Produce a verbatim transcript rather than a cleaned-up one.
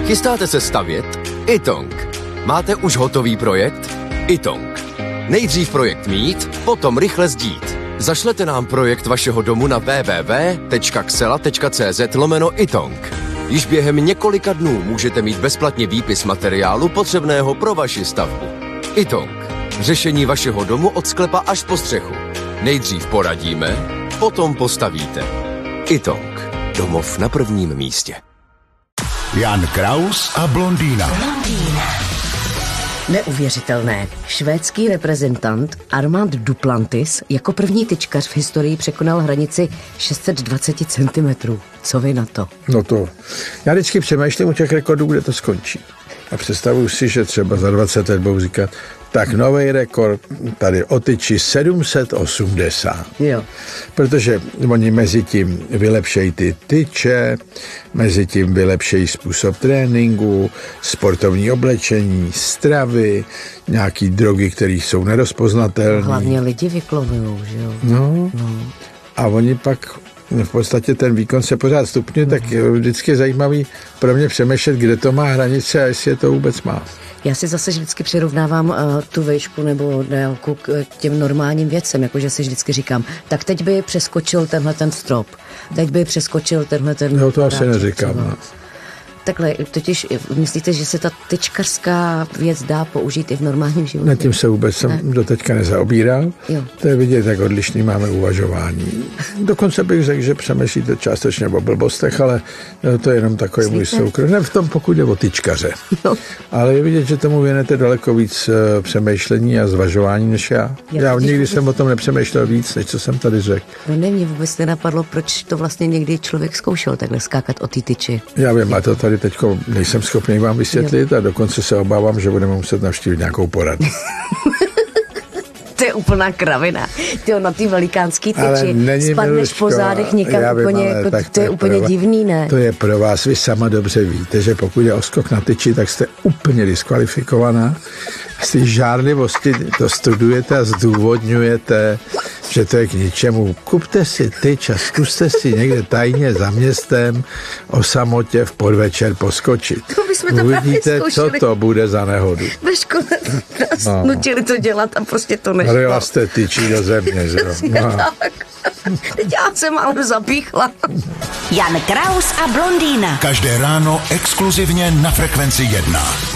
Chystáte se stavět? Itong. Máte už hotový projekt? Itong. Nejdřív projekt mít, potom rychle sdít. Zašlete nám projekt vašeho domu na w w w tečka xela tečka c z lomeno Itong. Již během několika dnů můžete mít bezplatně výpis materiálu potřebného pro vaši stavbu. Itong. Řešení vašeho domu od sklepa až po střechu. Nejdřív poradíme, potom postavíte. Itong. Domov na prvním místě. Jan Kraus a blondýna. Blondýna. Neuvěřitelné. Švédský reprezentant Armand Duplantis jako první tyčkař v historii překonal hranici šest set dvacet centimetrů. Co vy na to? No to, já vždycky přemýšlím o těch rekordů, kde to skončí. A představuji si, že třeba za dvacet let budou říkat, tak nový rekord tady o tyči sedm set osmdesát. Jo. Protože oni mezi tím vylepšejí ty tyče, mezi tím vylepšejí způsob tréninku, sportovní oblečení, stravy, nějaký drogy, které jsou nerozpoznatelné. Hlavně lidi vyklovujou, že jo? No. no. A oni pak v podstatě ten výkon se pořád stupňuje, tak vždycky je zajímavý pro mě přemýšlet, kde to má hranice a jestli je to vůbec má. Já si zase vždycky přirovnávám uh, tu výšku nebo délku k těm normálním věcem, jakože si vždycky říkám, tak teď by přeskočil tenhle ten strop, teď by přeskočil tenhle ten... No to asi neříkám, no. Takhle, totiž myslíte, že se ta tyčkařská věc dá použít i v normálním životě? Nad tím se vůbec jsem ne. doteďka nezaobíral. Jo. To je vidět, jak odlišný máme uvažování. Dokonce bych řekl, že přemýšlíte částečně o blbostech, ale to je jenom takový můj soukrom. Ne v tom, pokud jde o tyčkaře. No. Ale je vidět, že tomu věnete daleko víc přemýšlení a zvažování než já. Já, já nikdy vůbec... jsem o tom nepřemýšlel víc, než co jsem tady řekl. No ne, mě vůbec nenapadlo, proč to vlastně někdy člověk zkoušel takhle skákat o ty tyči. Já vím, a to tady teďko nejsem schopný vám vysvětlit jo. a dokonce se obávám, že budeme muset navštívit nějakou poradu. To je úplná kravina. Ty na ty velikánský tyči spadneš po zádech někam vím, úplně, jako, to, to je úplně vás, divný, ne? To je pro vás, vy sama dobře víte, že pokud je o skok na tyči, tak jste úplně diskvalifikovaná. Z té žárlivosti to studujete a zdůvodňujete, že to je k ničemu. Kupte si tyč a zkuste si někde tajně za městem o samotě v podvečer poskočit. To bychom to uvidíte, co to bude za nehodu. Ve škole nás no. nutili to dělat a prostě to nešlo. Rila jste tyčí do země, že jo? No. Teď já jsem ale zapíchla. Jan Kraus a blondýna. Každé ráno exkluzivně na Frekvenci jedna.